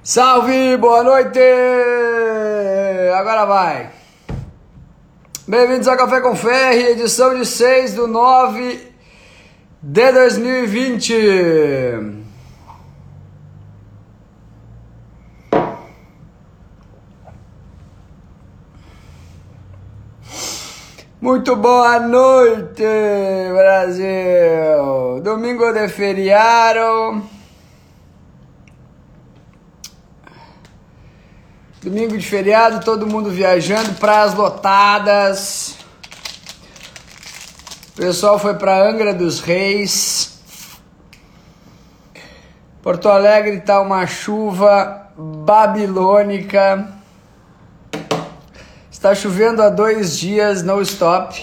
Salve, boa noite! Agora vai! Bem-vindos ao Café com Ferri, edição de 6/9/2020. Muito boa noite, Brasil! Domingo de feriado. Domingo de feriado, todo mundo viajando, praias lotadas. O pessoal foi para Angra dos Reis. Porto Alegre tá uma chuva babilônica. Está chovendo há 2 dias, no stop.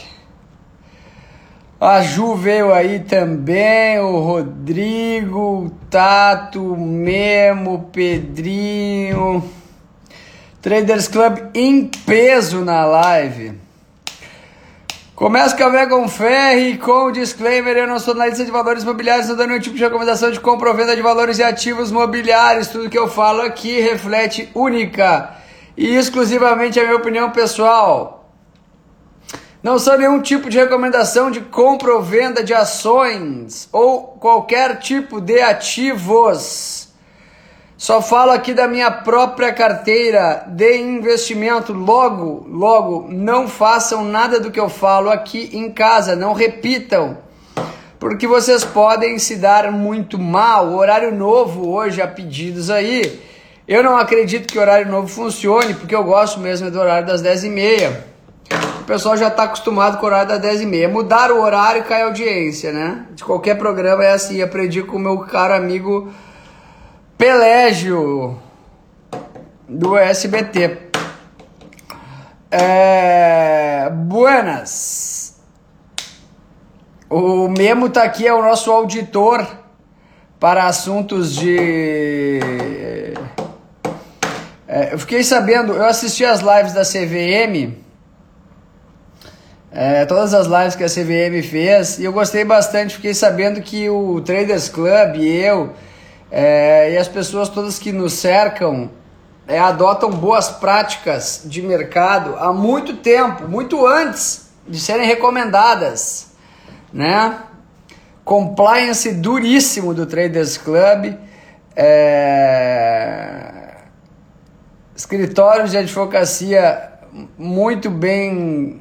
A Ju veio aí também, o Rodrigo, o Tato, o Memo, o Pedrinho... Traders Club em peso na live. Começa o Café com Ferri com o disclaimer: eu não sou analista de valores imobiliários, não dou nenhum tipo de recomendação de compra ou venda de valores e ativos imobiliários. Tudo que eu falo aqui reflete única e exclusivamente a minha opinião pessoal. Não sou nenhum tipo de recomendação de compra ou venda de ações ou qualquer tipo de ativos. Só falo aqui da minha própria carteira de investimento. Logo, não façam nada do que eu falo aqui em casa. Não repitam, porque vocês podem se dar muito mal. O horário novo hoje, há pedidos aí. Eu não acredito que o horário novo funcione, porque eu gosto mesmo do horário das 10h30. O pessoal já está acostumado com o horário das 10h30. Mudar o horário e cai audiência, né? De qualquer programa é assim. Aprendi com o meu caro amigo Pelégio, do SBT. Buenas. O Memo tá aqui, é o nosso auditor para assuntos de... eu fiquei sabendo, eu assisti as lives da CVM, todas as lives que a CVM fez, e eu gostei bastante. Fiquei sabendo que o Traders Club e eu... e as pessoas todas que nos cercam adotam boas práticas de mercado há muito tempo, muito antes de serem recomendadas, né? Compliance duríssimo do Traders Club, escritórios de advocacia muito bem,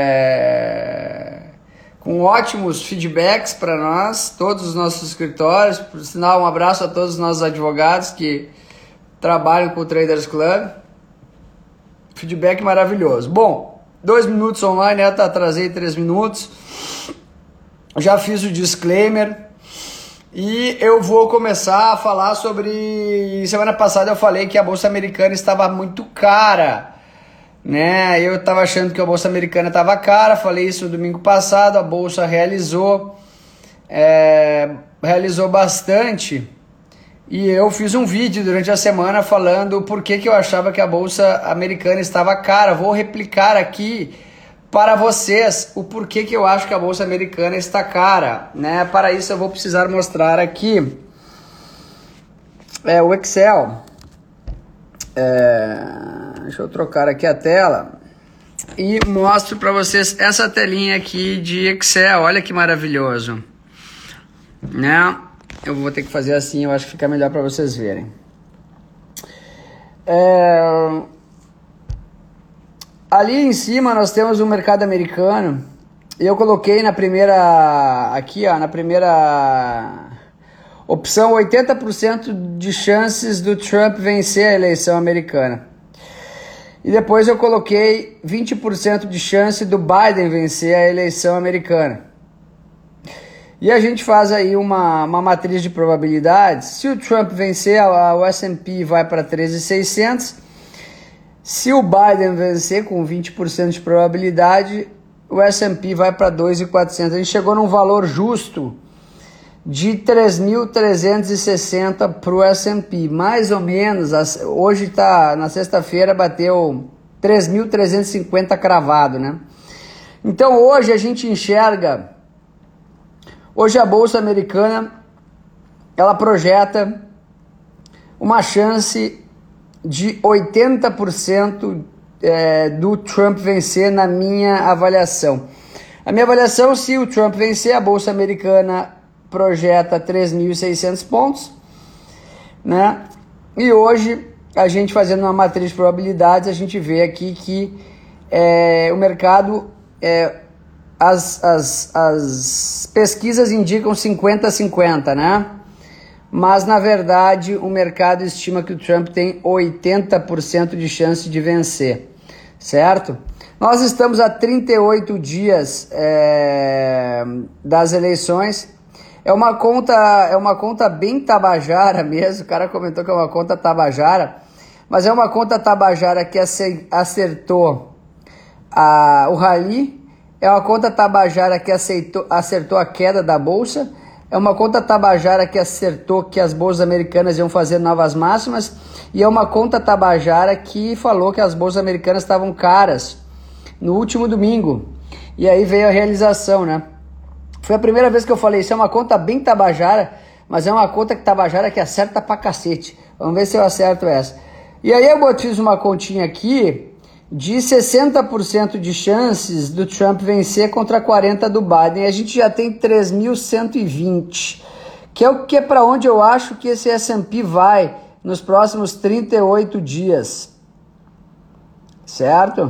com ótimos feedbacks para nós, todos os nossos escritórios. Por sinal, um abraço a todos os nossos advogados que trabalham com o Traders Club. Feedback maravilhoso. Bom, 2 minutos online, atrasei 3 minutos. Já fiz o disclaimer e eu vou começar a falar sobre... Semana passada eu falei que a Bolsa Americana estava muito cara, né? Eu estava achando que a Bolsa Americana estava cara, falei isso no domingo passado. A Bolsa realizou bastante, e eu fiz um vídeo durante a semana falando por que eu achava que a Bolsa Americana estava cara. Vou replicar aqui para vocês o porquê que eu acho que a Bolsa Americana está cara, né? Para isso eu vou precisar mostrar aqui o Excel. Deixa eu trocar aqui a tela e mostro para vocês essa telinha aqui de Excel. Olha que maravilhoso, né? Eu vou ter que fazer assim, eu acho que fica melhor para vocês verem. Ali em cima nós temos o mercado americano. Eu coloquei na primeira, aqui ó, na primeira opção, 80% de chances do Trump vencer a eleição americana. E depois eu coloquei 20% de chance do Biden vencer a eleição americana. E a gente faz aí uma matriz de probabilidades. Se o Trump vencer, o S&P vai para 13.600. Se o Biden vencer com 20% de probabilidade, o S&P vai para 2.400. A gente chegou num valor justo de 3.360 para o S&P, mais ou menos. Hoje tá, na sexta-feira bateu 3.350 cravado, né? Então hoje a gente enxerga, hoje a Bolsa Americana, ela projeta uma chance de 80% do Trump vencer na minha avaliação. A minha avaliação, se o Trump vencer, a Bolsa Americana projeta 3.600 pontos, né? E hoje, a gente fazendo uma matriz de probabilidades, a gente vê aqui que o mercado, as pesquisas indicam 50-50, né? Mas, na verdade, o mercado estima que o Trump tem 80% de chance de vencer, certo? Nós estamos a 38 dias das eleições. É uma conta bem tabajara mesmo. O cara comentou que é uma conta tabajara, mas é uma conta tabajara que acertou o rally. É uma conta tabajara que acertou a queda da bolsa. É uma conta tabajara que acertou que as bolsas americanas iam fazer novas máximas. E é uma conta tabajara que falou que as bolsas americanas estavam caras no último domingo. E aí veio a realização, né? Foi a primeira vez que eu falei, isso é uma conta bem tabajara, mas é uma conta tabajara que acerta pra cacete. Vamos ver se eu acerto essa. E aí eu fiz uma continha aqui de 60% de chances do Trump vencer contra 40% do Biden. E a gente já tem 3.120, que é para onde eu acho que esse S&P vai nos próximos 38 dias. Certo?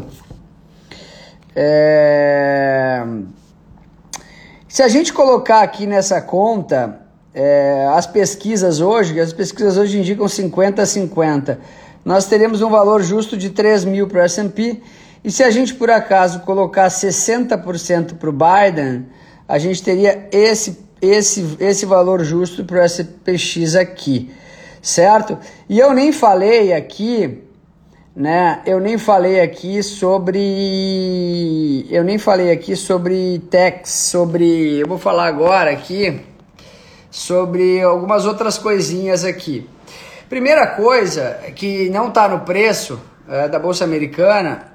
Se a gente colocar aqui nessa conta as pesquisas hoje indicam 50-50. Nós teremos um valor justo de 3.000 para o S&P. E se a gente, por acaso, colocar 60% para o Biden, a gente teria esse valor justo para o SPX aqui, certo? E eu nem falei aqui, né? Eu nem falei aqui sobre techs, eu vou falar agora aqui sobre algumas outras coisinhas aqui. Primeira coisa que não está no preço da Bolsa Americana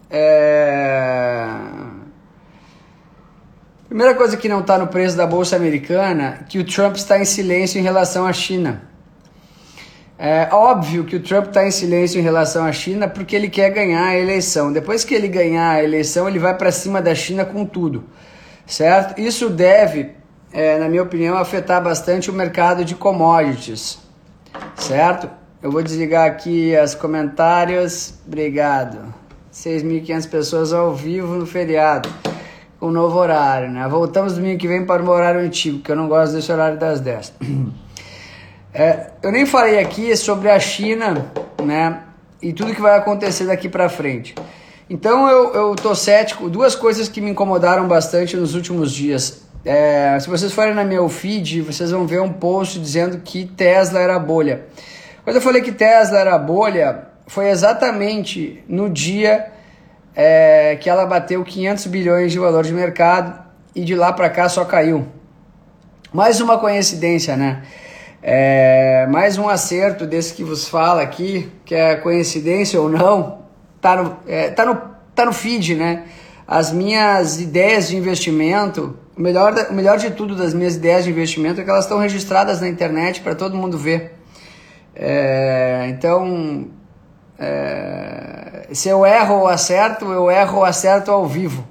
Primeira coisa que não está no preço da Bolsa Americana, que o Trump está em silêncio em relação à China. É óbvio que o Trump está em silêncio em relação à China porque ele quer ganhar a eleição. Depois que ele ganhar a eleição, ele vai para cima da China com tudo, certo? Isso deve, na minha opinião, afetar bastante o mercado de commodities, certo? Eu vou desligar aqui os comentários. Obrigado. 6.500 pessoas ao vivo no feriado, com o novo horário, né? Voltamos domingo que vem para o meu horário antigo, que eu não gosto desse horário das 10. Eu nem falei aqui sobre a China, né? E tudo que vai acontecer daqui para frente. Então eu tô cético. Duas coisas que me incomodaram bastante nos últimos dias. Se vocês forem na meu feed, vocês vão ver um post dizendo que Tesla era bolha. Quando eu falei que Tesla era bolha, foi exatamente no dia que ela bateu 500 bilhões de valor de mercado e de lá para cá só caiu. Mais uma coincidência, né? Mais um acerto desse que vos fala aqui, que é coincidência ou não, tá no feed, né? As minhas ideias de investimento, o melhor de tudo das minhas ideias de investimento é que elas estão registradas na internet para todo mundo ver. Então, se eu erro ou acerto ao vivo.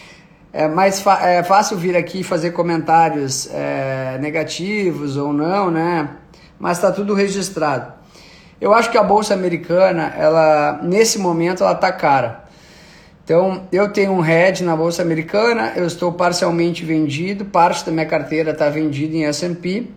É fácil vir aqui fazer comentários negativos ou não, né? Mas está tudo registrado. Eu acho que a Bolsa Americana, nesse momento, ela está cara. Então, eu tenho um hedge na Bolsa Americana, eu estou parcialmente vendido, parte da minha carteira está vendida em S&P.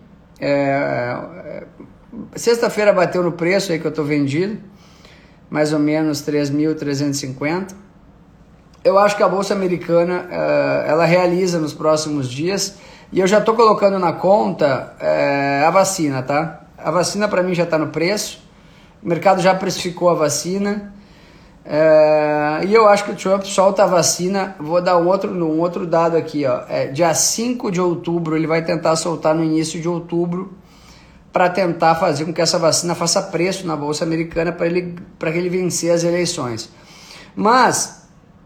Sexta-feira bateu no preço aí que eu estou vendido, mais ou menos 3.350. Eu acho que a Bolsa Americana, ela realiza nos próximos dias, e eu já estou colocando na conta a vacina, tá? A vacina para mim já está no preço, o mercado já precificou a vacina, e eu acho que o Trump solta a vacina. Vou dar um outro dado aqui, ó. Dia 5 de outubro, ele vai tentar soltar no início de outubro, para tentar fazer com que essa vacina faça preço na Bolsa Americana para ele vencer as eleições. Mas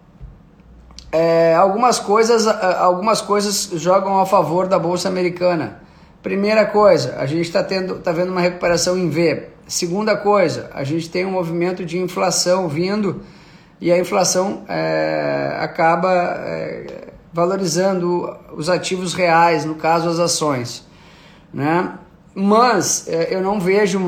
algumas coisas jogam a favor da Bolsa Americana. Primeira coisa, a gente está vendo uma recuperação em V. Segunda coisa, a gente tem um movimento de inflação vindo e a inflação acaba valorizando os ativos reais, no caso as ações, né? Mas eu não vejo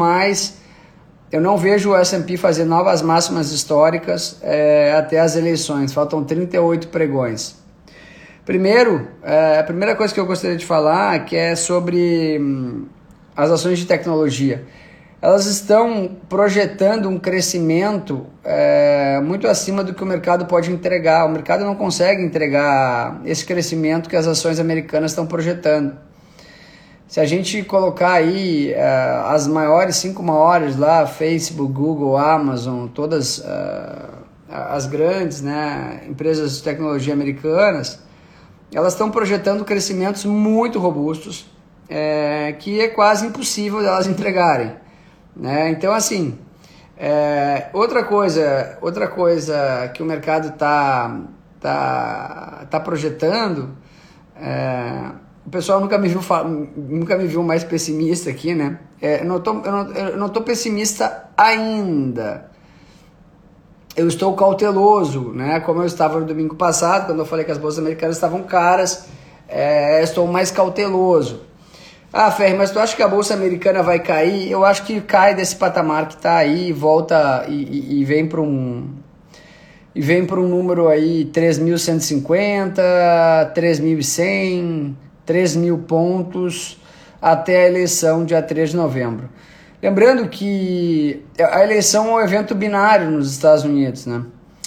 o S&P fazer novas máximas históricas até as eleições, faltam 38 pregões. Primeiro, a primeira coisa que eu gostaria de falar que é sobre as ações de tecnologia. Elas estão projetando um crescimento muito acima do que o mercado pode entregar. O mercado não consegue entregar esse crescimento que as ações americanas estão projetando. Se a gente colocar aí as maiores 5 maiores lá, Facebook, Google, Amazon, todas as grandes, né, empresas de tecnologia americanas, elas estão projetando crescimentos muito robustos, que é quase impossível delas entregarem, né? Então, assim, outra coisa que o mercado tá projetando, o pessoal nunca me viu mais pessimista aqui, né? Eu não tô pessimista ainda. Eu estou cauteloso, né? Como eu estava no domingo passado, quando eu falei que as bolsas americanas estavam caras, estou mais cauteloso. Ah, Ferri, mas tu acha que a bolsa americana vai cair? Eu acho que cai desse patamar que está aí, volta e vem para um número aí 3.150, 3.100, 3.000 pontos até a eleição dia 3 de novembro. Lembrando que a eleição é um evento binário nos Estados Unidos, né?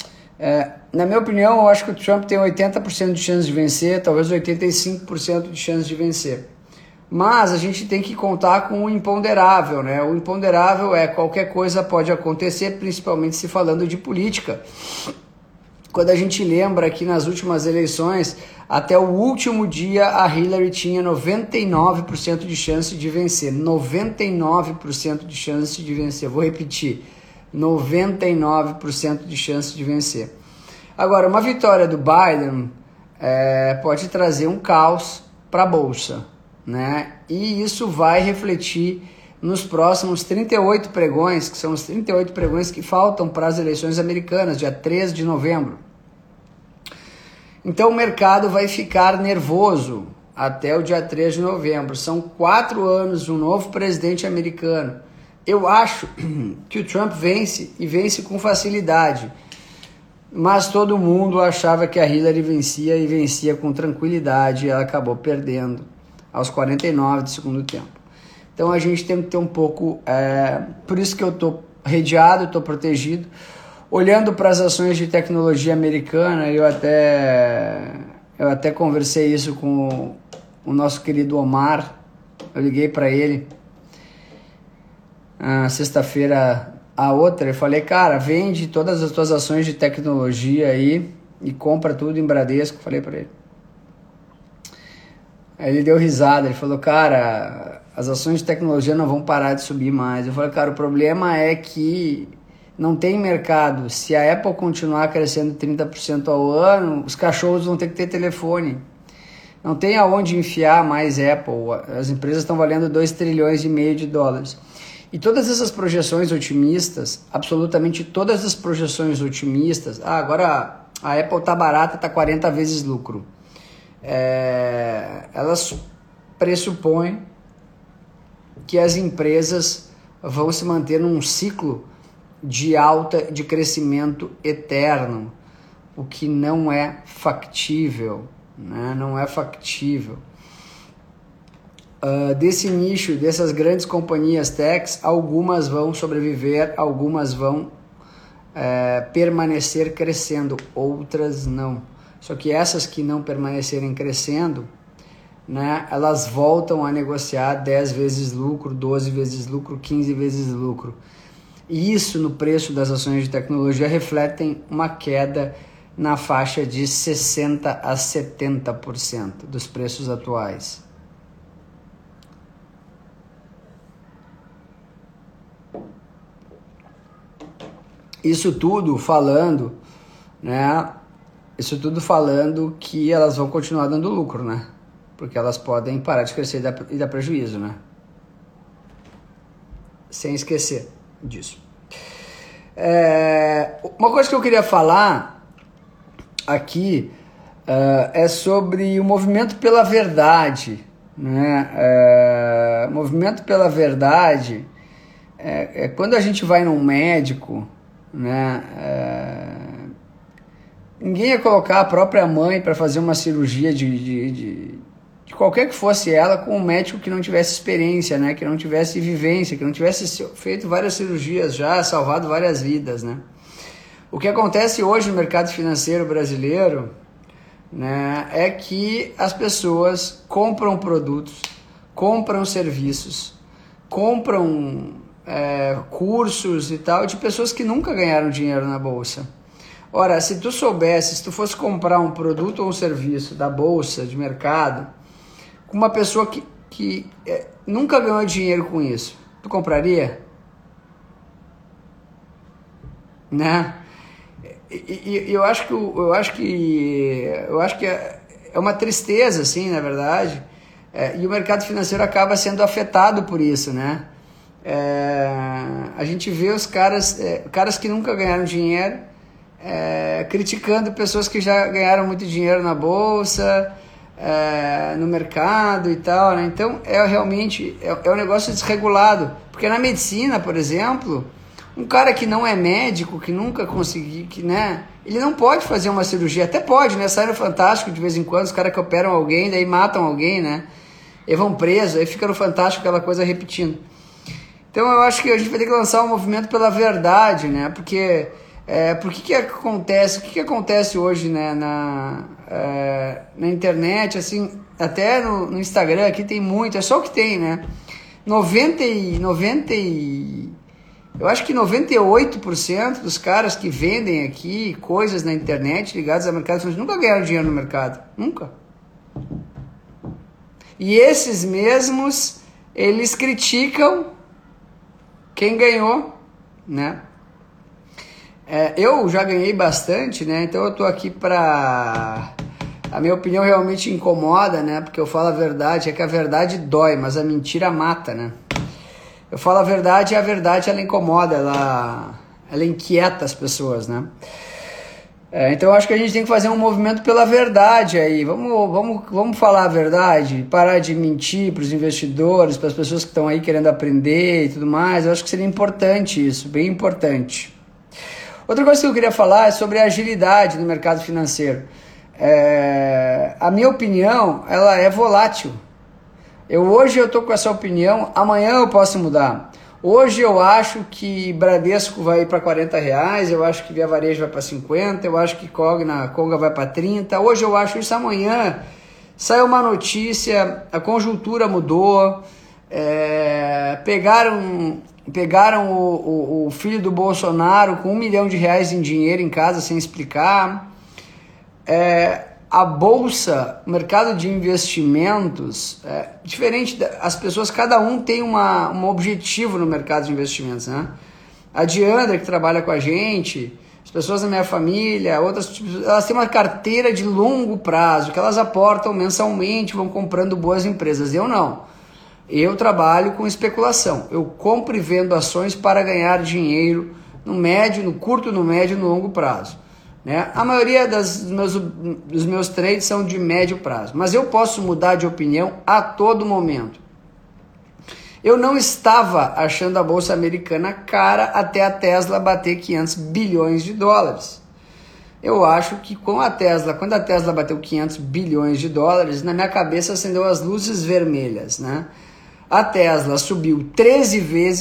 Na minha opinião, eu acho que o Trump tem 80% de chance de vencer, talvez 85% de chance de vencer. Mas a gente tem que contar com o imponderável, né? O imponderável qualquer coisa pode acontecer, principalmente se falando de política. Quando a gente lembra que nas últimas eleições, até o último dia, a Hillary tinha 99% de chance de vencer. 99% de chance de vencer. Vou repetir. 99% de chance de vencer. Agora, uma vitória do Biden pode trazer um caos para a Bolsa, né? E isso vai refletir nos próximos 38 pregões, que são os 38 pregões que faltam para as eleições americanas, dia 3 de novembro. Então o mercado vai ficar nervoso até o dia 3 de novembro. São 4 anos de um novo presidente americano. Eu acho que o Trump vence e vence com facilidade. Mas todo mundo achava que a Hillary vencia e vencia com tranquilidade e ela acabou perdendo aos 49 do segundo tempo. Então a gente tem que ter um pouco, por isso que eu estou redeado, estou protegido. Olhando para as ações de tecnologia americana, eu até conversei isso com o nosso querido Omar, eu liguei para ele sexta-feira a outra e falei, cara, vende todas as tuas ações de tecnologia aí e compra tudo em Bradesco, falei para ele. Aí ele deu risada, ele falou, cara, as ações de tecnologia não vão parar de subir mais. Eu falei, cara, o problema é que não tem mercado. Se a Apple continuar crescendo 30% ao ano, os cachorros vão ter que ter telefone. Não tem aonde enfiar mais Apple. As empresas estão valendo 2,5 trilhões de dólares. E todas essas projeções otimistas, absolutamente todas as projeções otimistas, agora a Apple tá barata, tá 40 vezes lucro. Elas pressupõem que as empresas vão se manter num ciclo de alta, de crescimento eterno, o que não é factível, né? Não é factível. Desse nicho, dessas grandes companhias techs, algumas vão sobreviver, algumas vão permanecer crescendo, outras não. Só que essas que não permanecerem crescendo, né, elas voltam a negociar 10 vezes lucro, 12 vezes lucro, 15 vezes lucro. E isso no preço das ações de tecnologia refletem uma queda na faixa de 60% a 70% dos preços atuais. Isso tudo falando, né? Isso tudo falando que elas vão continuar dando lucro, né? Porque elas podem parar de crescer e dar prejuízo, né? sem esquecer disso. Uma coisa que eu queria falar aqui é sobre o movimento pela verdade, né? Movimento pela verdade é quando a gente vai num médico, né? Ninguém ia colocar a própria mãe para fazer uma cirurgia de qualquer que fosse ela com um médico que não tivesse experiência, né? Que não tivesse vivência, que não tivesse feito várias cirurgias já, salvado várias vidas, né? O que acontece hoje no mercado financeiro brasileiro, né, é que as pessoas compram produtos, compram serviços, compram cursos e tal de pessoas que nunca ganharam dinheiro na bolsa. Ora, se tu soubesse, se tu fosse comprar um produto ou um serviço da bolsa, de mercado, com uma pessoa que nunca ganhou dinheiro com isso, tu compraria? Né? E eu acho que é uma tristeza, assim, na verdade, e o mercado financeiro acaba sendo afetado por isso, né? A gente vê os caras que nunca ganharam dinheiro criticando pessoas que já ganharam muito dinheiro na bolsa, no mercado e tal, né? Então realmente um negócio desregulado, porque na medicina, por exemplo, um cara que não é médico, que nunca conseguiu, né, ele não pode fazer uma cirurgia, até pode, né, sai no Fantástico de vez em quando, os caras que operam alguém, daí matam alguém, né, e vão presos, aí fica no Fantástico aquela coisa repetindo. Então eu acho que a gente vai ter que lançar um movimento pela verdade, né, porque o que acontece hoje, né, na internet, assim, até no Instagram aqui tem muito, é só o que tem, né, eu acho que 98% dos caras que vendem aqui coisas na internet ligadas ao mercado financeiro nunca ganharam dinheiro no mercado, nunca. E esses mesmos, eles criticam quem ganhou, né? Eu já ganhei bastante, né? Então eu tô aqui pra... A minha opinião realmente incomoda, né? Porque eu falo a verdade, é que a verdade dói, mas a mentira mata, né? Eu falo a verdade e a verdade ela incomoda, ela inquieta as pessoas, né? Então eu acho que a gente tem que fazer um movimento pela verdade aí. Vamos falar a verdade, parar de mentir para os investidores, para as pessoas que estão aí querendo aprender e tudo mais. Eu acho que seria importante isso, bem importante. Outra coisa que eu queria falar é sobre a agilidade no mercado financeiro. A minha opinião, ela é volátil. Hoje eu estou com essa opinião, amanhã eu posso mudar. Hoje eu acho que Bradesco vai para R$40, eu acho que Via Varejo vai para 50, eu acho que Conga vai para 30. Hoje eu acho isso, amanhã sai uma notícia, a conjuntura mudou, pegaram o filho do Bolsonaro com R$1 milhão em dinheiro em casa sem explicar. A bolsa, o mercado de investimentos, diferente, as pessoas, cada um tem um objetivo no mercado de investimentos, né? A Diandra, que trabalha com a gente, as pessoas da minha família, outras, elas têm uma carteira de longo prazo, que elas aportam mensalmente, vão comprando boas empresas. Eu não. Eu trabalho com especulação. Eu compro e vendo ações para ganhar dinheiro no médio, no curto, no médio e no longo prazo. Né? A maioria dos meus trades são de médio prazo, mas eu posso mudar de opinião a todo momento. Eu não estava achando a bolsa americana cara até a Tesla bater 500 bilhões de dólares. Eu acho que quando a Tesla bateu 500 bilhões de dólares, na minha cabeça acendeu as luzes vermelhas, né? A Tesla subiu 13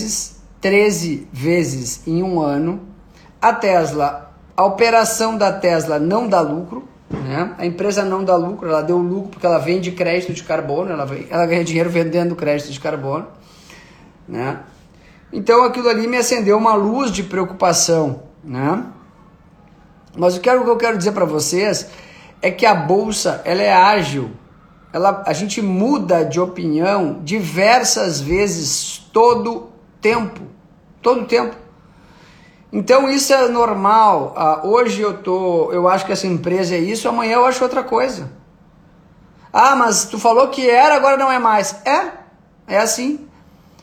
vezes em um ano. A operação da Tesla não dá lucro, né? A empresa não dá lucro, ela deu lucro porque ela vende crédito de carbono, ela ganha dinheiro vendendo crédito de carbono, né? Então aquilo ali me acendeu uma luz de preocupação, né? Mas o que eu quero dizer para vocês é que a bolsa, ela é ágil, a gente muda de opinião diversas vezes todo tempo. Então isso é normal. Hoje eu acho que essa empresa é isso, amanhã eu acho outra coisa. Mas tu falou que era, agora não é mais. É assim.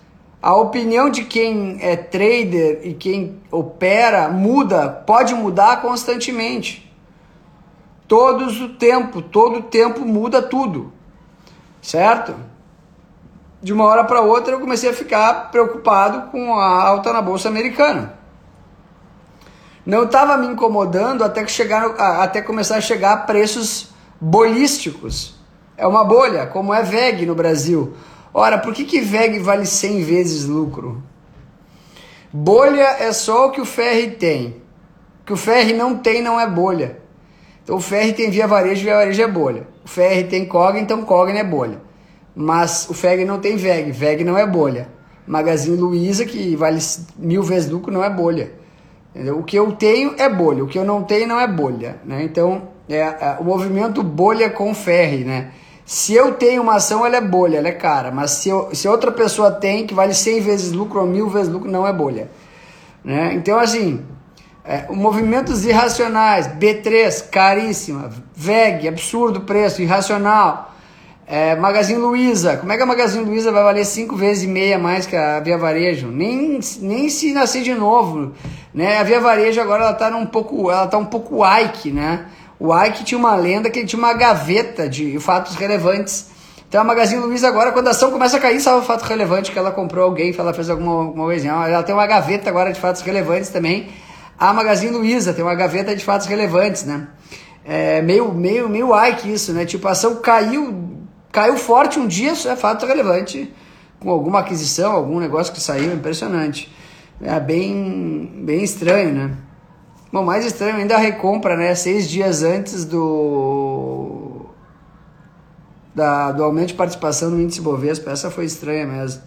A opinião de quem é trader e quem opera pode mudar constantemente. Todo o tempo muda tudo, certo? De uma hora para outra eu comecei a ficar preocupado com a alta na bolsa americana. Não estava me incomodando até começar a chegar a preços bolísticos. É uma bolha, como é VEG no Brasil. Ora, por que VEG vale 100 vezes lucro? Bolha é só o que o Ferri tem. O que o Ferri não tem não é bolha. Então o Ferri tem via varejo é bolha. O Ferri tem Cogna, então Cogna é bolha. Mas o Ferri não tem VEG não é bolha. Magazine Luiza, que vale 1000 vezes lucro, não é bolha. Entendeu? O que eu tenho é bolha, o que eu não tenho não é bolha. Né? Então, o movimento bolha com Ferri, né? Se eu tenho uma ação, ela é bolha, ela é cara. Mas se outra pessoa tem, que vale 100 vezes lucro ou 1000 vezes lucro, não é bolha. Né? Então, assim, movimentos irracionais, B3, caríssima, VEG, absurdo preço, irracional. Magazine Luiza, como é que a Magazine Luiza vai valer 5 vezes e meia mais que a Via Varejo? Nem se nascer de novo, né? A Via Varejo agora ela tá um pouco Ike, né? O Ike tinha uma lenda que ele tinha uma gaveta de fatos relevantes. Então a Magazine Luiza agora, quando a ação começa a cair, sabe o fato relevante que ela comprou alguém, ela fez alguma coisinha. Ela tem uma gaveta agora de fatos relevantes também. A Magazine Luiza tem uma gaveta de fatos relevantes, né? Meio Ike isso, né? Tipo, a ação caiu forte um dia, isso é fato relevante, com alguma aquisição, algum negócio que saiu, impressionante. É bem estranho, né? Bom, mais estranho ainda a recompra, né? 6 dias antes do aumento de participação no índice Bovespa. Essa foi estranha mesmo.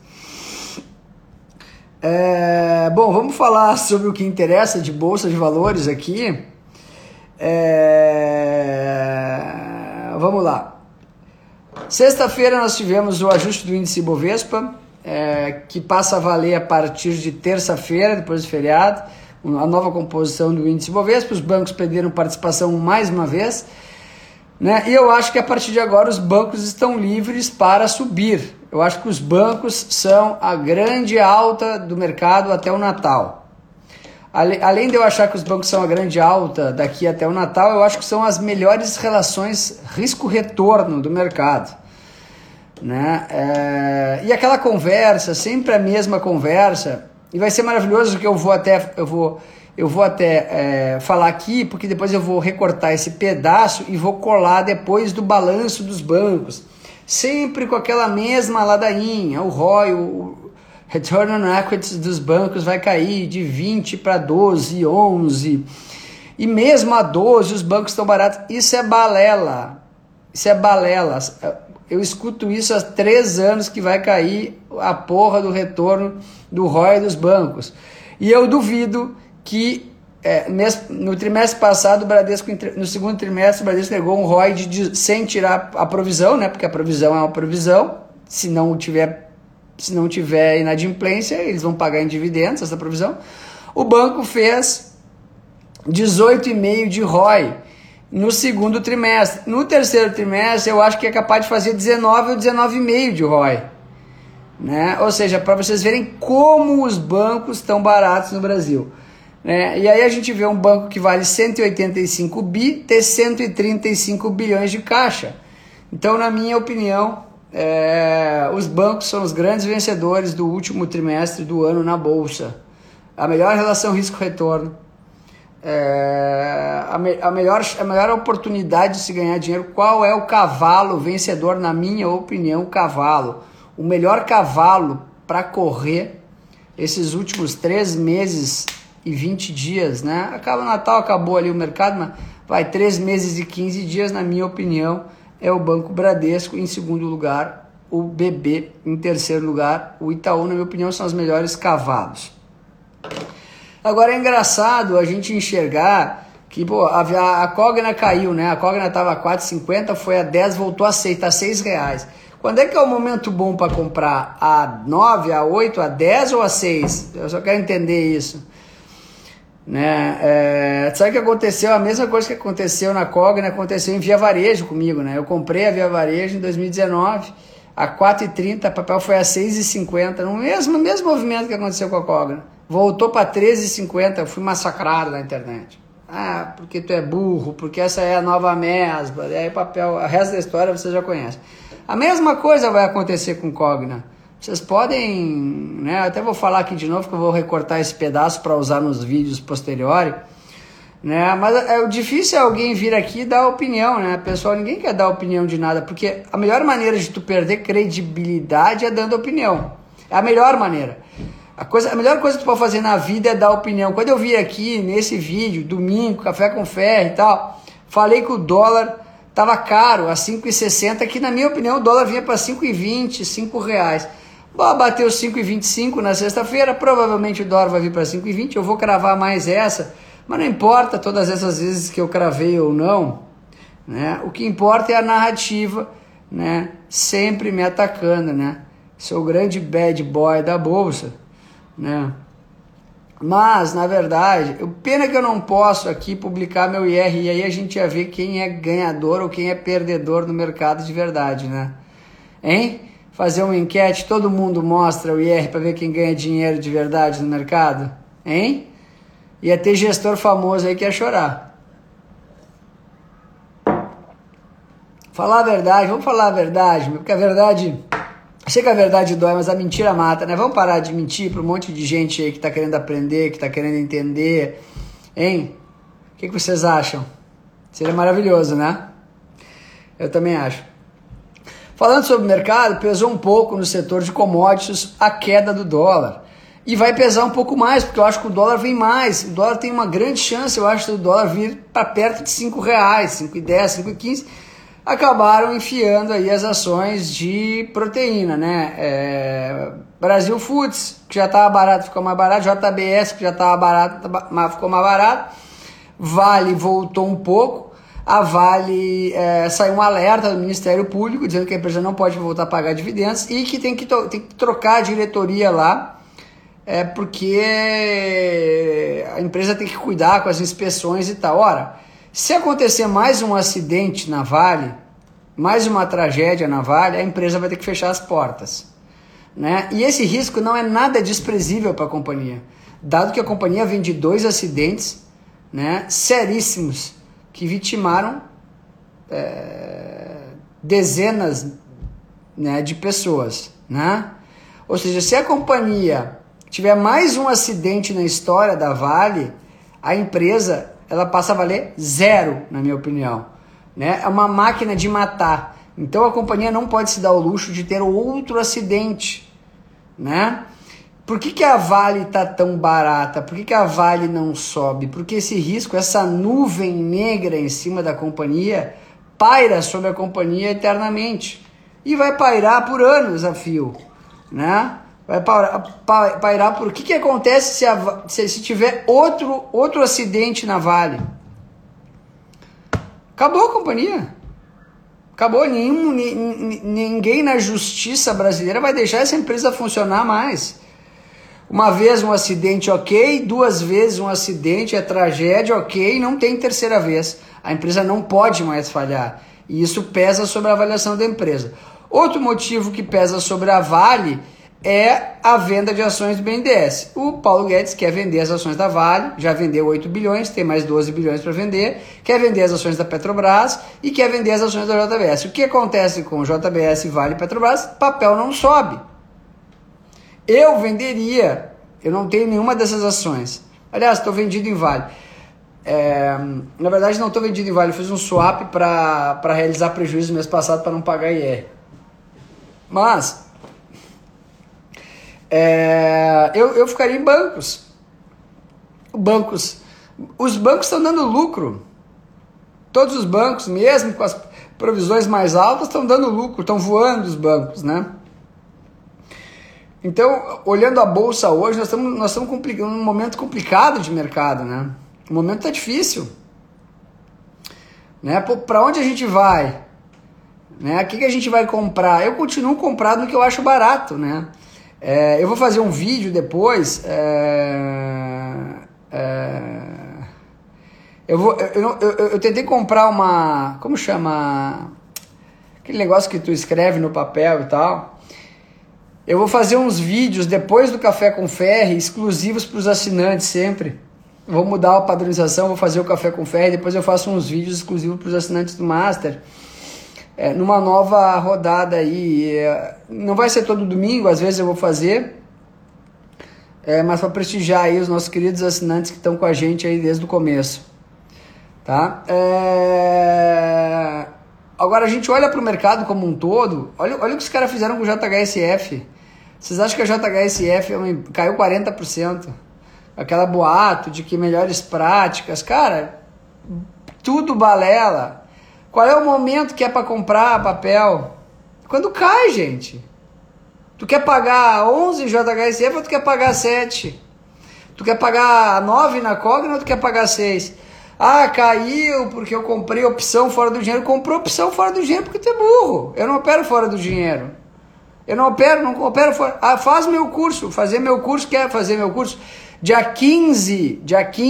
Bom, vamos falar sobre o que interessa de Bolsa de Valores aqui. Vamos lá. Sexta-feira nós tivemos o ajuste do índice Bovespa, que passa a valer a partir de terça-feira, depois do feriado, a nova composição do índice Bovespa. Os bancos perderam participação mais uma vez, né? E eu acho que a partir de agora os bancos estão livres para subir. Eu acho que os bancos são a grande alta do mercado até o Natal. Além de eu achar que os bancos são a grande alta daqui até o Natal, eu acho que são as melhores relações risco-retorno do mercado. Né? E aquela conversa, sempre a mesma conversa, e vai ser maravilhoso que eu vou até falar aqui, porque depois eu vou recortar esse pedaço e vou colar depois do balanço dos bancos. Sempre com aquela mesma ladainha, o ROI, o Return on Equity dos bancos vai cair de 20 para 12, 11, e mesmo a 12 os bancos estão baratos. Isso é balela, eu escuto isso há 3 anos que vai cair a porra do retorno do ROI dos bancos, e eu duvido que no trimestre passado, o Bradesco, no segundo trimestre, o Bradesco entregou um ROI sem tirar a provisão, né? Porque a provisão é uma provisão, se não tiver inadimplência, eles vão pagar em dividendos essa provisão. O banco fez 18,5 de ROI no segundo trimestre. No terceiro trimestre, eu acho que é capaz de fazer 19 ou 19,5 de ROI. Né? Ou seja, para vocês verem como os bancos estão baratos no Brasil. Né? E aí a gente vê um banco que vale 185 bi ter 135 bilhões de caixa. Então, na minha opinião, os bancos são os grandes vencedores do último trimestre do ano na Bolsa. A melhor relação risco-retorno, a melhor oportunidade de se ganhar dinheiro. Qual é o cavalo vencedor, na minha opinião? O melhor cavalo para correr esses últimos 3 meses e 20 dias, né? Acaba o Natal, acabou ali o mercado, mas vai 3 meses e 15 dias, na minha opinião, é o Banco Bradesco. Em segundo lugar, o BB. Em terceiro lugar, o Itaú. Na minha opinião, são os melhores cavalos. Agora é engraçado a gente enxergar que a Cogna caiu, né? A Cogna estava a 4,50, foi a 10, voltou a 6, está a 6 reais. Quando é que é o momento bom para comprar? A 9, a 8, a 10 ou a 6? Eu só quero entender isso. Né? Sabe o que aconteceu? A mesma coisa que aconteceu na Cogna aconteceu em Via Varejo comigo, né? Eu comprei a Via Varejo em 2019 a 4,30, papel foi a 6,50, no mesmo movimento que aconteceu com a Cogna. Voltou para 13,50, eu fui massacrado na internet. Ah, porque tu é burro, porque essa é a nova mesma, e aí papel, o resto da história você já conhece. A mesma coisa vai acontecer com Cogna. Vocês podem, né, até vou falar aqui de novo, que eu vou recortar esse pedaço para usar nos vídeos posteriores, né, mas o difícil é alguém vir aqui e dar opinião, né, pessoal, ninguém quer dar opinião de nada, porque a melhor maneira de tu perder credibilidade é dando opinião, é a melhor maneira. A melhor coisa que tu pode fazer na vida é dar opinião. Quando eu vi aqui nesse vídeo, domingo, café com ferro e tal, falei que o dólar estava caro, a 5,60, que na minha opinião o dólar vinha para 5,20, R$5. Bom, bateu 5,25 na sexta-feira, provavelmente o dólar vai vir para 5,20, eu vou cravar mais essa, mas não importa todas essas vezes que eu cravei ou não, né? O que importa é a narrativa, né? Sempre me atacando, né? Sou o grande bad boy da bolsa, né? Mas, na verdade, pena que eu não posso aqui publicar meu IR, e aí a gente ia ver quem é ganhador ou quem é perdedor no mercado de verdade, né? Hein? Fazer uma enquete, todo mundo mostra o IR para ver quem ganha dinheiro de verdade no mercado? Hein? Ia ter gestor famoso aí que ia chorar. Falar a verdade, vamos falar a verdade, porque a verdade... Sei que a verdade dói, mas a mentira mata, né? Vamos parar de mentir para um monte de gente aí que tá querendo aprender, que tá querendo entender, hein? O que vocês acham? Seria maravilhoso, né? Eu também acho. Falando sobre o mercado, pesou um pouco no setor de commodities a queda do dólar. E vai pesar um pouco mais, porque eu acho que o dólar vem mais. O dólar tem uma grande chance, eu acho, do dólar vir para perto de R$5, 5,10, 5,15. Acabaram enfiando aí as ações de proteína, né? Brasil Foods, que já estava barato, ficou mais barato. JBS, que já estava barato, ficou mais barato. Vale voltou um pouco. A Vale saiu um alerta do Ministério Público dizendo que a empresa não pode voltar a pagar dividendos e que tem que trocar a diretoria lá, porque a empresa tem que cuidar com as inspeções e tal. Ora, se acontecer mais um acidente na Vale, mais uma tragédia na Vale, a empresa vai ter que fechar as portas, né? E esse risco não é nada desprezível para a companhia, dado que a companhia vem de 2 acidentes, né, seríssimos, que vitimaram dezenas, né, de pessoas, né? Ou seja, se a companhia tiver mais um acidente na história da Vale, a empresa ela passa a valer 0, na minha opinião, né? É uma máquina de matar. Então a companhia não pode se dar o luxo de ter outro acidente, né? Por que a Vale está tão barata? Por que a Vale não sobe? Porque esse risco, essa nuvem negra em cima da companhia, paira sobre a companhia eternamente. E vai pairar por anos a fio, né? Vai pairar por... O que acontece se tiver outro acidente na Vale? Acabou a companhia. Acabou. Ninguém na justiça brasileira vai deixar essa empresa funcionar mais. Uma vez um acidente, ok. 2 vezes um acidente, é tragédia, ok. Não tem terceira vez. A empresa não pode mais falhar. E isso pesa sobre a avaliação da empresa. Outro motivo que pesa sobre a Vale é a venda de ações do BNDES. O Paulo Guedes quer vender as ações da Vale, já vendeu 8 bilhões, tem mais 12 bilhões para vender, quer vender as ações da Petrobras e quer vender as ações da JBS. O que acontece com JBS, Vale e Petrobras? Papel não sobe. Eu venderia, eu não tenho nenhuma dessas ações. Aliás, estou vendido em Vale. Na verdade, não estou vendido em Vale, eu fiz um swap para realizar prejuízo no mês passado para não pagar IR. Mas... eu ficaria em bancos. Os bancos estão dando lucro. Todos os bancos, mesmo com as provisões mais altas, estão dando lucro, estão voando os bancos, né? Então, olhando a bolsa hoje, nós estamos num momento complicado de mercado, né? O momento está difícil, né? Para onde a gente vai? Né? O que a gente vai comprar? Eu continuo comprado no que eu acho barato, né? Eu vou fazer um vídeo depois. Eu tentei comprar uma... Como chama? aquele negócio que tu escreve no papel e tal. Eu vou fazer uns vídeos depois do Café com Ferry, exclusivos para os assinantes sempre. Vou mudar a padronização, vou fazer o Café com Ferry, depois eu faço uns vídeos exclusivos para os assinantes do Master. Numa nova rodada aí. Não vai ser todo domingo, às vezes eu vou fazer. Mas para prestigiar aí os nossos queridos assinantes que estão com a gente aí desde o começo. Tá? Agora a gente olha para o mercado como um todo, olha o que os caras fizeram com o JHSF. Vocês acham que a JHSF caiu 40%? Aquela boato de que melhores práticas, cara, tudo balela. Qual é o momento que é para comprar papel? Quando cai, gente. Tu quer pagar 11 JHSF ou tu quer pagar 7? Tu quer pagar 9 na Cogna ou tu quer pagar 6? Ah, caiu porque eu comprei opção fora do dinheiro. Comprou opção fora do dinheiro porque tu é burro. Eu não opero fora do dinheiro. Eu não opero fora. Ah, faz meu curso. Fazer meu curso, quer fazer meu curso? Dia 15,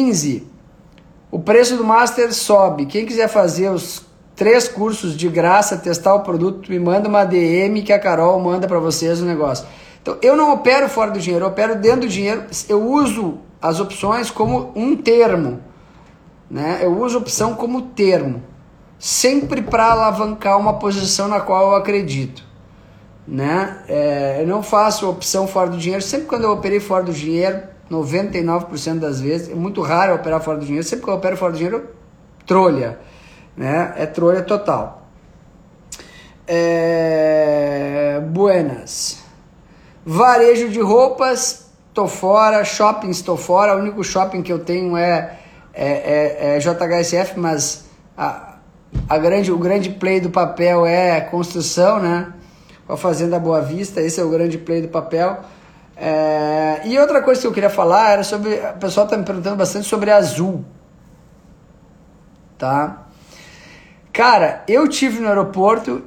o preço do Master sobe. Quem quiser fazer os 3 cursos de graça, testar o produto, me manda uma DM que a Carol manda para vocês o negócio. Então, eu não opero fora do dinheiro, eu opero dentro do dinheiro. Eu uso as opções como um termo. Né? Eu uso opção como termo, sempre para alavancar uma posição na qual eu acredito. Né? Eu não faço opção fora do dinheiro. Sempre quando eu operei fora do dinheiro, 99% das vezes, é muito raro eu operar fora do dinheiro. Sempre que eu opero fora do dinheiro, trolha. Né? É trolha total. Buenas. Varejo de roupas, tô fora. Shoppings, tô fora. O único shopping que eu tenho é JHSF, mas o grande play do papel é construção, né? Com a Fazenda Boa Vista, esse é o grande play do papel. E outra coisa que eu queria falar era sobre, o pessoal está me perguntando bastante sobre a Azul, tá? Cara, eu tive no aeroporto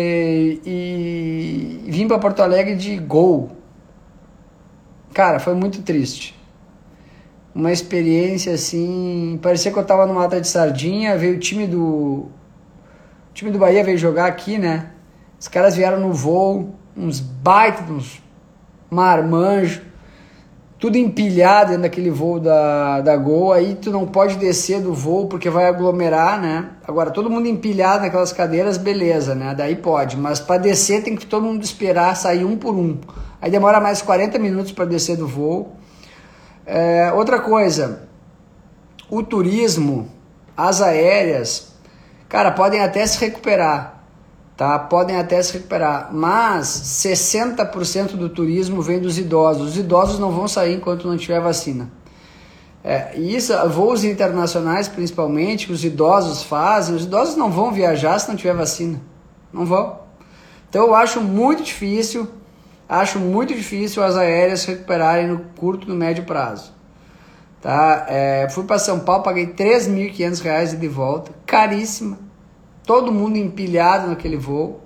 e vim para Porto Alegre de Gol. Cara, foi muito triste. Uma experiência assim, parecia que eu tava numa lata de sardinha. Veio o time do Bahia veio jogar aqui, né? Os caras vieram no voo, uns baita, uns marmanjos, tudo empilhado dentro daquele voo da Gol. Aí tu não pode descer do voo porque vai aglomerar, né? Agora, todo mundo empilhado naquelas cadeiras, beleza, né? Daí pode, mas para descer tem que todo mundo esperar sair um por um. Aí demora mais 40 minutos para descer do voo. Outra coisa, o turismo, as aéreas, cara, podem até se recuperar, tá? Podem até se recuperar, mas 60% do turismo vem dos idosos. Os idosos não vão sair enquanto não tiver vacina. Isso, voos internacionais principalmente, que os idosos fazem, os idosos não vão viajar se não tiver vacina. Não vão. Então eu acho muito difícil as aéreas se recuperarem no curto e no médio prazo. Tá? Fui para São Paulo, paguei R$3.500 ida e de volta, caríssima, todo mundo empilhado naquele voo.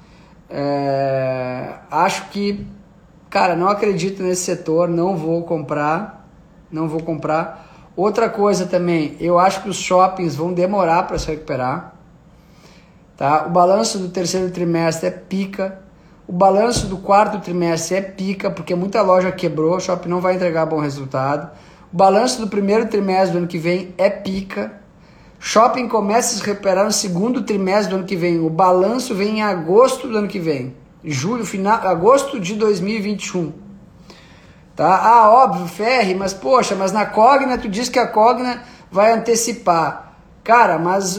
Acho que, cara, não acredito nesse setor, não vou comprar. Outra coisa também, eu acho que os shoppings vão demorar para se recuperar. Tá? O balanço do terceiro trimestre é pica. O balanço do quarto trimestre é pica, porque muita loja quebrou, o shopping não vai entregar bom resultado. O balanço do primeiro trimestre do ano que vem é pica. Shopping começa a se recuperar no segundo trimestre do ano que vem. O balanço vem em agosto do ano que vem. Agosto de 2021. Tá? Óbvio, Ferry, mas poxa, mas na Cogna, tu diz que a Cogna vai antecipar. Cara, mas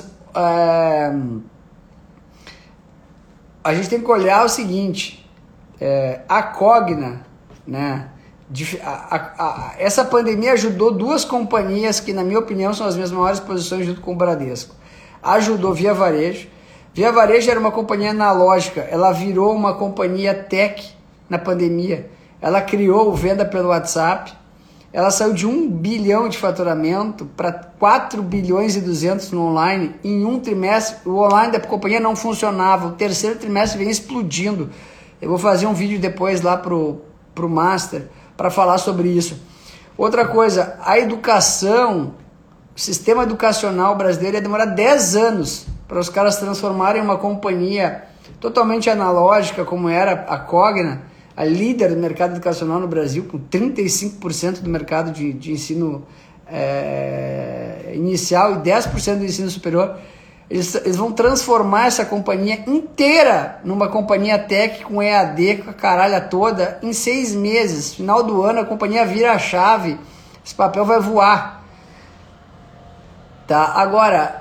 a gente tem que olhar o seguinte, a Cogna, né, essa pandemia ajudou 2 companhias que, na minha opinião, são as minhas maiores posições junto com o Bradesco. Ajudou Via Varejo. Via Varejo era uma companhia analógica, ela virou uma companhia tech na pandemia. Ela criou venda pelo WhatsApp, ela saiu de 1 bilhão de faturamento para 4 bilhões e 200 no online em um trimestre. O online da companhia não funcionava, o terceiro trimestre vem explodindo. Eu vou fazer um vídeo depois lá pro Master para falar sobre isso. Outra coisa, a educação, o sistema educacional brasileiro ia demorar 10 anos para os caras transformarem uma companhia totalmente analógica, como era a Cogna, a líder do mercado educacional no Brasil, com 35% do mercado de ensino inicial e 10% do ensino superior. Eles vão transformar essa companhia inteira numa companhia tech com EAD, com a caralha toda, em 6 meses. Final do ano a companhia vira a chave, esse papel vai voar. Tá? Agora,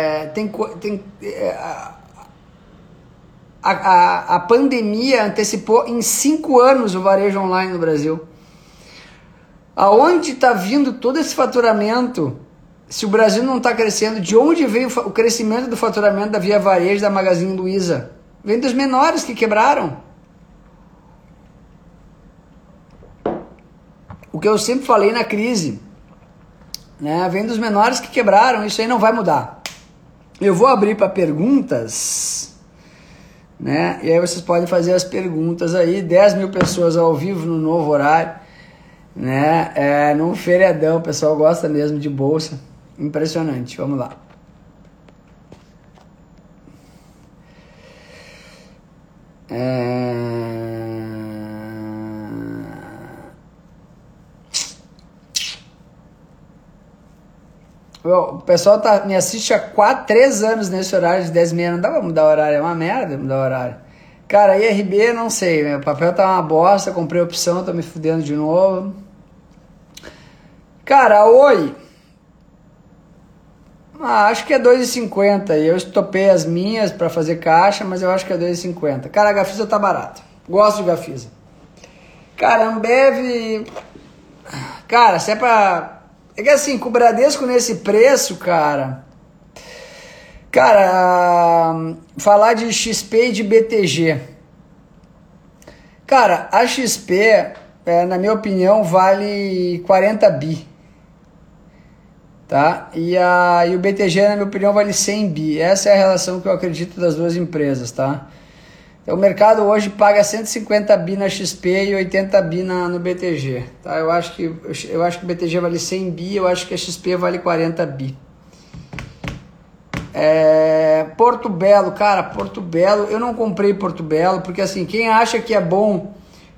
a pandemia antecipou em 5 anos o varejo online no Brasil. Aonde está vindo todo esse faturamento? Se o Brasil não está crescendo, de onde veio o crescimento do faturamento da Via Varejo, da Magazine Luiza? Vem dos menores que quebraram. O que eu sempre falei na crise, né? Vem dos menores que quebraram, isso aí não vai mudar. Eu vou abrir para perguntas, né? E aí vocês podem fazer as perguntas aí. 10 mil pessoas ao vivo no novo horário, né? Num feriadão, o pessoal gosta mesmo de bolsa. Impressionante, vamos lá. O pessoal me assiste há 3 anos nesse horário de 10h30. Não dá pra mudar o horário, é uma merda mudar o horário. Cara, IRB, não sei, meu papel tá uma bosta, comprei opção, tô me fudendo de novo. Cara, Oi. Acho que é 2,50. Eu estopei as minhas para fazer caixa, mas eu acho que é 2,50. Cara, a Gafisa tá barata. Gosto de Gafisa. Cara, Ambev... Cara, se é pra... É que assim, com o Bradesco nesse preço, cara... Cara, falar de XP e de BTG. Cara, a XP, na minha opinião, vale 40 bi. Tá? E o BTG, na minha opinião, vale 100 bi. Essa é a relação que eu acredito das duas empresas, tá? Então, o mercado hoje paga 150 bi na XP e 80 bi no BTG, tá? Eu acho que o BTG vale 100 bi, eu acho que a XP vale 40 bi. Porto Belo, cara, Porto Belo, eu não comprei Porto Belo, porque assim, quem acha que é bom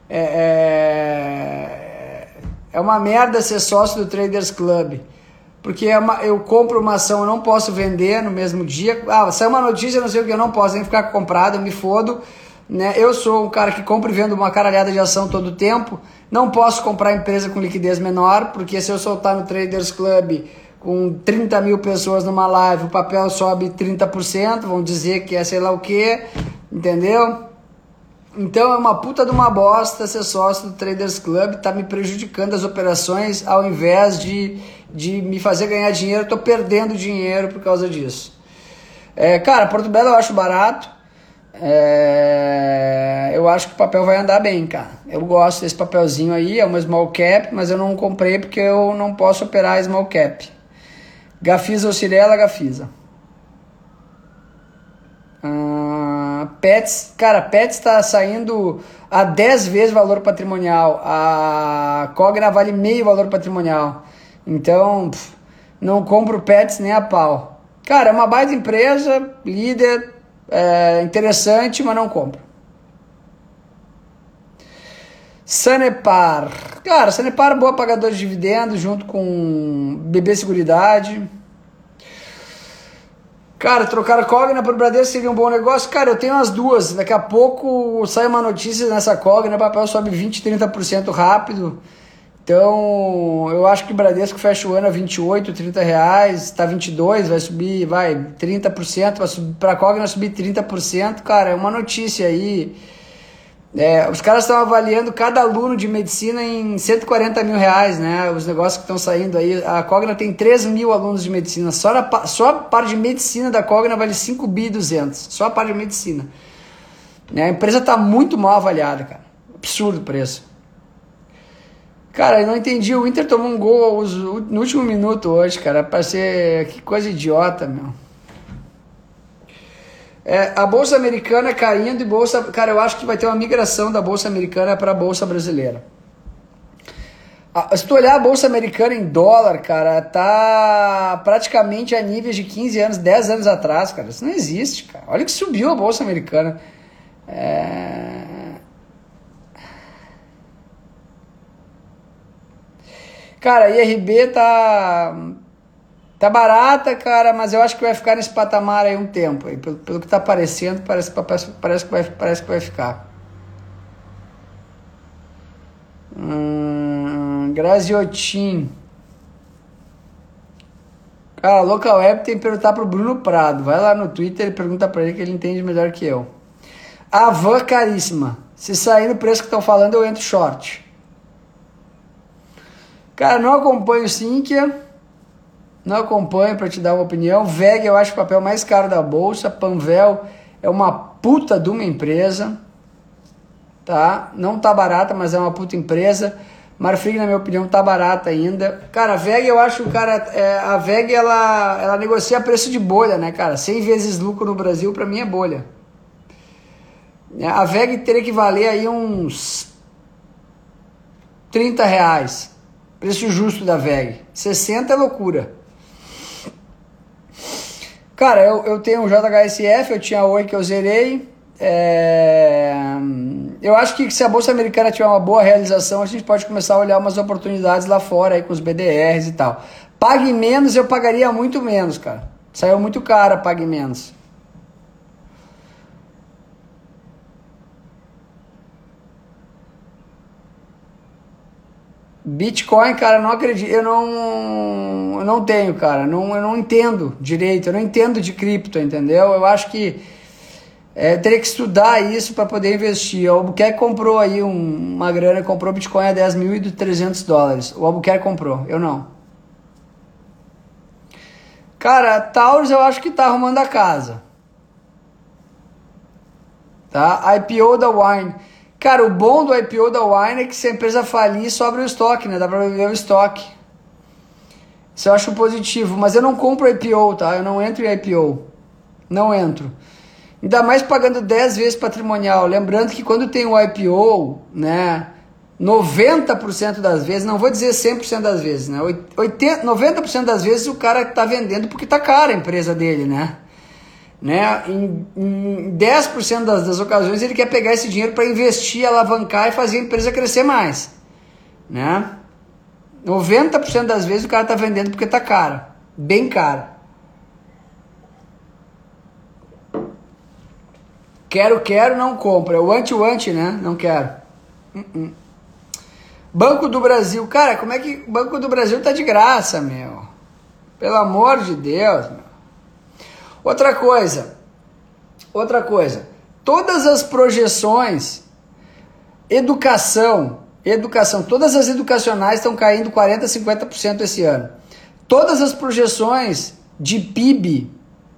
é uma merda ser sócio do Traders Club. Porque eu compro uma ação, eu não posso vender no mesmo dia. Saiu uma notícia, não sei o que, eu não posso nem ficar comprado, eu me fodo. Né? Eu sou um cara que compra e vendo uma caralhada de ação todo o tempo. Não posso comprar empresa com liquidez menor, porque se eu soltar no Traders Club com 30 mil pessoas numa live, o papel sobe 30%, vão dizer que é sei lá o que, entendeu? Então é uma puta de uma bosta ser sócio do Traders Club, tá me prejudicando as operações, ao invés de me fazer ganhar dinheiro, eu tô perdendo dinheiro por causa disso. Cara, Porto Belo eu acho barato, eu acho que o papel vai andar bem, cara. Eu gosto desse papelzinho aí, é uma small cap, mas eu não comprei porque eu não posso operar small cap. Gafisa ou Cirela, Gafisa. Pets, cara, Pets tá saindo a 10 vezes valor patrimonial. A Cogna vale meio valor patrimonial. Então, não compro Pets nem a pau. Cara, é uma baita empresa, líder, interessante, mas não compro. Sanepar. Cara, Sanepar, boa pagador de dividendos, junto com BB Seguridade. Cara, trocar a Cogna por Bradesco seria um bom negócio? Cara, eu tenho as duas. Daqui a pouco sai uma notícia nessa Cogna, o papel sobe 20, 30% rápido. Então, eu acho que o Bradesco fecha o ano a 28, 30 reais, tá 22, vai subir, 30%, vai subir, pra Cogna subir 30%, cara, é uma notícia aí. Os caras estão avaliando cada aluno de medicina em 140 mil reais, né? Os negócios que estão saindo aí. A Cogna tem 3 mil alunos de medicina. Só a parte de medicina da Cogna vale 5 bi 200. Só a parte de medicina. A empresa está muito mal avaliada, cara. Absurdo o preço. Cara, eu não entendi. O Inter tomou um gol no último minuto hoje, cara. Parece que coisa idiota, meu. A Bolsa Americana caindo e Bolsa... Cara, eu acho que vai ter uma migração da Bolsa Americana para a Bolsa Brasileira. Se tu olhar a Bolsa Americana em dólar, cara, tá praticamente a níveis de 15 anos, 10 anos atrás, cara. Isso não existe, cara. Olha que subiu a Bolsa Americana. É... Cara, a IRB tá barata, cara, mas eu acho que vai ficar nesse patamar aí um tempo. Aí, pelo que tá aparecendo, parece que vai ficar. Graziotin. Cara, Local Web tem que perguntar pro Bruno Prado. Vai lá no Twitter e pergunta pra ele que ele entende melhor que eu. A van caríssima. Se sair no preço que estão falando, eu entro short. Cara, não acompanho Sinqia. Não acompanho para te dar uma opinião. VEG eu acho o papel mais caro da bolsa. Panvel é uma puta de uma empresa. Tá? Não tá barata, mas é uma puta empresa. Marfrig, na minha opinião, tá barata ainda. Cara, a VEG eu acho, cara, a VEG ela negocia preço de bolha, né, cara? 100 vezes lucro no Brasil, pra mim é bolha. A VEG teria que valer aí uns R$30. Preço justo da VEG. 60 é loucura. Cara, eu tenho um JHSF, eu tinha Oi que eu zerei. Eu acho que se a Bolsa Americana tiver uma boa realização, a gente pode começar a olhar umas oportunidades lá fora aí com os BDRs e tal. Pague menos, eu pagaria muito menos, cara. Saiu muito caro, pague menos. Bitcoin, cara, eu não acredito, eu não tenho, cara, eu não entendo direito, eu não entendo de cripto, entendeu? Eu acho que teria que estudar isso para poder investir. O Albuquerque comprou aí uma grana, comprou Bitcoin a $10.300. O Albuquerque comprou, eu não. Cara, Taurus eu acho que tá arrumando a casa. Tá? IPO da Wine. Cara, o bom do IPO da Wine é que se a empresa falir, sobra o estoque, né? Dá pra vender o estoque. Isso eu acho positivo. Mas eu não compro IPO, tá? Eu não entro em IPO. Não entro. Ainda mais pagando 10 vezes patrimonial. Lembrando que quando tem o IPO, né? 90% das vezes, não vou dizer 100% das vezes, né? 90% das vezes o cara tá vendendo porque tá cara a empresa dele, né? Em 10% das ocasiões ele quer pegar esse dinheiro para investir, alavancar e fazer a empresa crescer mais, né? 90% das vezes o cara tá vendendo porque tá caro, bem caro. Quero, não compra. É o anti, né? Não quero. Banco do Brasil, cara, como é que o Banco do Brasil tá de graça, meu? Pelo amor de Deus, meu. Outra coisa, todas as projeções, educação, todas as educacionais estão caindo 40%, 50% esse ano. Todas as projeções de PIB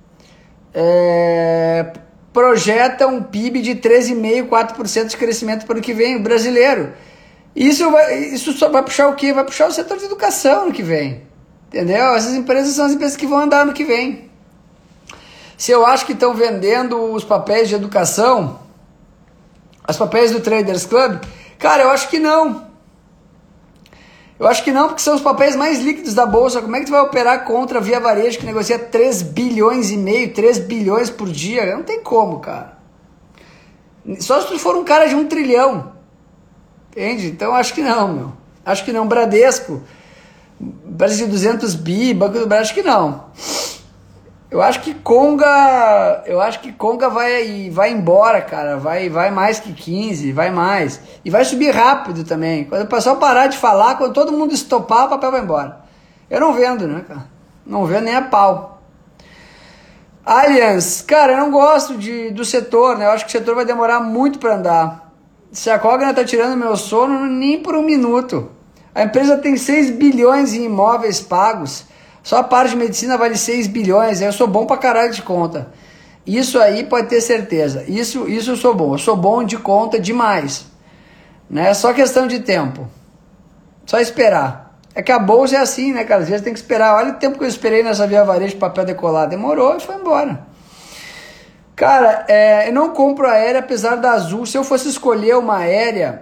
projetam um PIB de 3,5%, 4% de crescimento para o que vem, o brasileiro. Isso só vai puxar o quê? Vai puxar o setor de educação no que vem, entendeu? Essas empresas são as empresas que vão andar no que vem. Se eu acho que estão vendendo os papéis de educação, os papéis do Traders Club, cara, eu acho que não. Eu acho que não, porque são os papéis mais líquidos da bolsa. Como é que tu vai operar contra a Via Varejo, que negocia 3,5 bilhões, 3 bilhões por dia? Não tem como, cara. Só se tu for um cara de 1 trilhão. Entende? Então, acho que não, meu. Acho que não. Bradesco, Brasil de 200 bi, Banco do Brasil, acho que não. Eu acho que Conga vai embora, cara. Vai mais que 15, vai mais. E vai subir rápido também. Quando o pessoal parar de falar, quando todo mundo estopar, o papel vai embora. Eu não vendo, né, cara? Não vendo nem a pau. Allianz, cara, eu não gosto do setor, né? Eu acho que o setor vai demorar muito para andar. Se a Cogna tá tirando meu sono, nem por um minuto. A empresa tem 6 bilhões em imóveis pagos. Só a parte de medicina vale 6 bilhões. Eu sou bom pra caralho de conta. Isso aí pode ter certeza. Isso eu sou bom. Eu sou bom de conta demais. Né? Só questão de tempo. Só esperar. É que a bolsa é assim, né, cara? Às vezes tem que esperar. Olha o tempo que eu esperei nessa Via Varejo de papel decolar. Demorou e foi embora. Cara, eu não compro aérea apesar da Azul. Se eu fosse escolher uma aérea...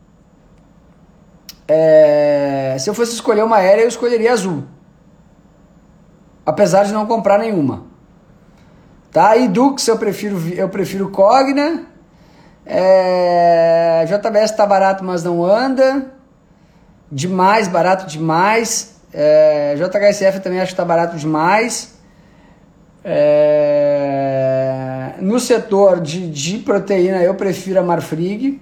eu escolheria Azul. Apesar de não comprar nenhuma. Tá? E Dux eu prefiro Cogna. JBS tá barato, mas não anda. Demais, barato demais. JHSF também acho que tá barato demais. No setor de proteína, eu prefiro a Marfrig.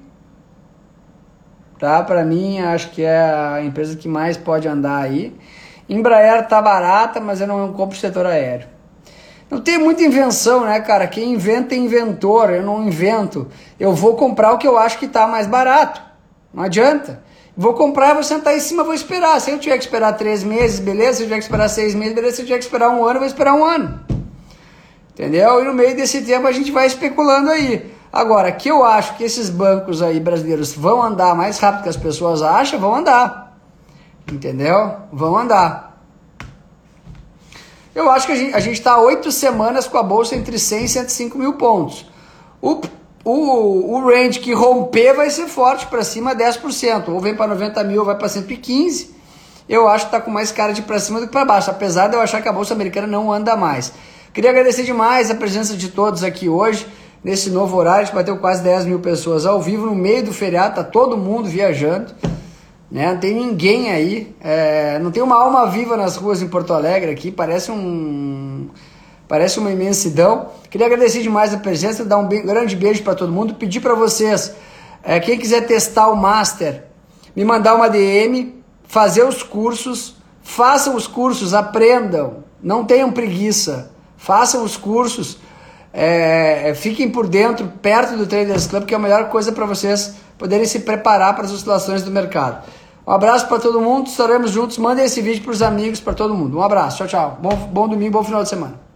Tá? Para mim, acho que é a empresa que mais pode andar aí. Embraer tá barata, mas eu não compro o setor aéreo. Não tem muita invenção, né, cara? Quem inventa é inventor, eu não invento. Eu vou comprar o que eu acho que tá mais barato. Não adianta. Vou comprar, vou sentar em cima, vou esperar. Se eu tiver que esperar 3 meses, beleza. Se eu tiver que esperar 6 meses, beleza. Se eu tiver que esperar 1 ano, eu vou esperar 1 ano. Entendeu? E no meio desse tempo a gente vai especulando aí. Agora, que eu acho que esses bancos aí brasileiros vão andar mais rápido que as pessoas acham, vão andar. Entendeu? Vão andar. Eu acho que a gente está 8 semanas com a bolsa entre 100 e 105 mil pontos. O range que romper vai ser forte para cima 10%. Ou vem para 90 mil ou vai para 115. Eu acho que está com mais cara de para cima do que para baixo. Apesar de eu achar que a bolsa americana não anda mais. Queria agradecer demais a presença de todos aqui hoje. Nesse novo horário, a gente bateu quase 10 mil pessoas ao vivo. No meio do feriado, tá todo mundo viajando. Né? Não tem ninguém aí. Não tem uma alma viva nas ruas em Porto Alegre aqui. Parece uma imensidão. Queria agradecer demais a presença, dar um grande beijo para todo mundo. Pedir para vocês, quem quiser testar o Master, me mandar uma DM, fazer os cursos, façam os cursos, aprendam, não tenham preguiça, façam os cursos, fiquem por dentro, perto do Traders Club, que é a melhor coisa para vocês poderem se preparar para as oscilações do mercado. Um abraço para todo mundo, estaremos juntos, mandem esse vídeo para os amigos, para todo mundo. Um abraço, tchau, tchau. Bom domingo, bom final de semana.